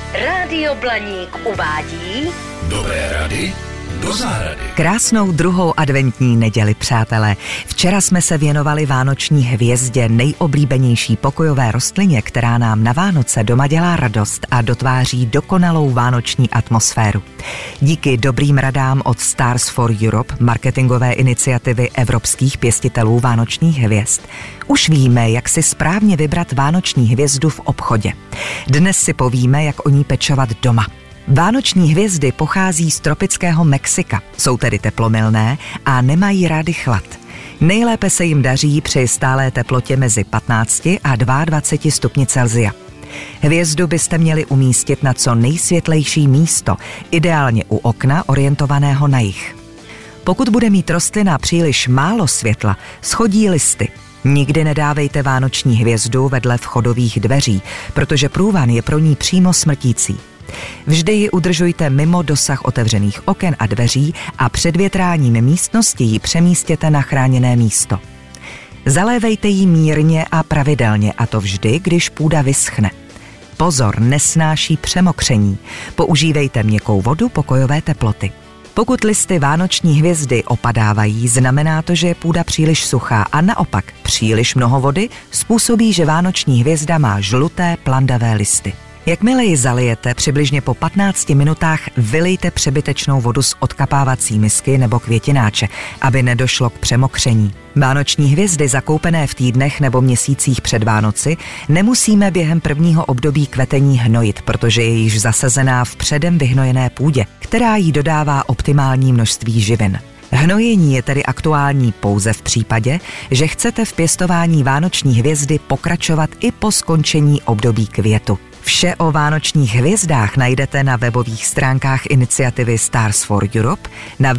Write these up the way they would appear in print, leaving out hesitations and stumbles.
Rádio Blaník uvádí Dobré rady do zahrady. Krásnou druhou adventní neděli, přátelé. Včera jsme se věnovali vánoční hvězdě, nejoblíbenější pokojové rostlině, která nám na Vánoce doma dělá radost a dotváří dokonalou vánoční atmosféru. Díky dobrým radám od Stars for Europe, marketingové iniciativy evropských pěstitelů vánočních hvězd, už víme, jak si správně vybrat vánoční hvězdu v obchodě. Dnes si povíme, jak o ní pečovat doma. Vánoční hvězdy pochází z tropického Mexika, jsou tedy teplomilné a nemají rády chlad. Nejlépe se jim daří při stálé teplotě mezi 15 a 22 stupni Celsia. Hvězdu byste měli umístit na co nejsvětlejší místo, ideálně u okna orientovaného na jih. Pokud bude mít rostlina příliš málo světla, schodí listy. Nikdy nedávejte vánoční hvězdu vedle vchodových dveří, protože průvan je pro ní přímo smrtící. Vždy ji udržujte mimo dosah otevřených oken a dveří a před větráním místnosti ji přemístěte na chráněné místo. Zalévejte ji mírně a pravidelně, a to vždy, když půda vyschne. Pozor, nesnáší přemokření. Používejte měkkou vodu pokojové teploty. Pokud listy vánoční hvězdy opadávají, znamená to, že je půda příliš suchá, a naopak příliš mnoho vody způsobí, že vánoční hvězda má žluté plandavé listy. Jakmile ji zalijete, přibližně po 15 minutách vylejte přebytečnou vodu z odkapávací misky nebo květináče, aby nedošlo k přemokření. Vánoční hvězdy zakoupené v týdnech nebo měsících před Vánoci nemusíme během prvního období kvetení hnojit, protože je již zasazená v předem vyhnojené půdě, která jí dodává optimální množství živin. Hnojení je tedy aktuální pouze v případě, že chcete v pěstování vánoční hvězdy pokračovat i po skončení období květu. Vše o vánočních hvězdách najdete na webových stránkách iniciativy Stars for Europe na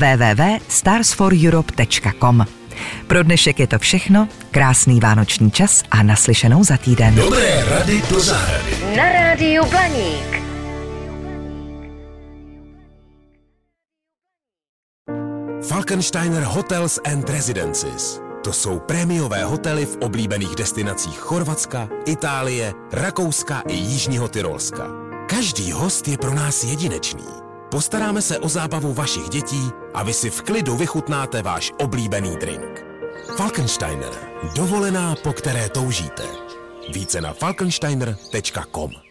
www.starsforeurope.com. Pro dnešek je to všechno, krásný vánoční čas a naslyšenou za týden. Dobré rady do zahrady. na Rádiu Blaník. Falkensteiner Hotels and Residences. To jsou prémiové hotely v oblíbených destinacích Chorvatska, Itálie, Rakouska i Jižního Tyrolska. Každý host je pro nás jedinečný. Postaráme se o zábavu vašich dětí a vy si v klidu vychutnáte váš oblíbený drink. Falkensteiner. Dovolená, po které toužíte. Více na falkensteiner.com.